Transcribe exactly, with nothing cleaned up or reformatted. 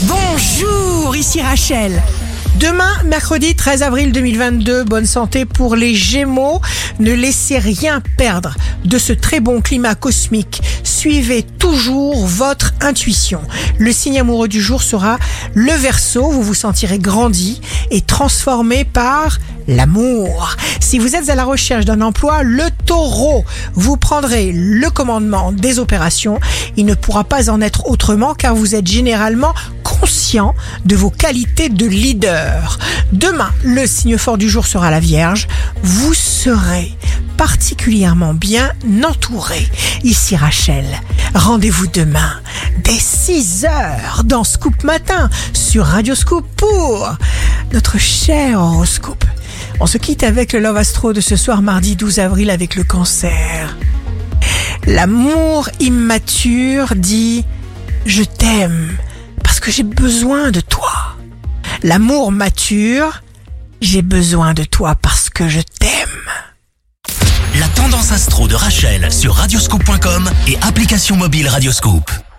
Bonjour, ici Rachel. Demain, mercredi treize avril deux mille vingt-deux, bonne santé pour les Gémeaux. Ne laissez rien perdre de ce très bon climat cosmique. Suivez toujours votre intuition. Le signe amoureux du jour sera le Verseau. Vous vous sentirez grandi et transformé par l'amour. Si vous êtes à la recherche d'un emploi, le Taureau, vous prendrez le commandement des opérations. Il ne pourra pas en être autrement car vous êtes généralement conscient de vos qualités de leader. Demain, le signe fort du jour sera la Vierge. Vous serez particulièrement bien entouré. Ici Rachel, rendez-vous demain dès six heures dans Scoop Matin sur Radio Scoop pour notre cher horoscope. On se quitte avec le Love Astro de ce soir mardi douze avril avec le Cancer. L'amour immature dit « Je t'aime parce que j'ai besoin de toi ». L'amour mature « J'ai besoin de toi parce que je t'aime ». La tendance astro de Rachel sur radioscoop point com et application mobile Radioscoop.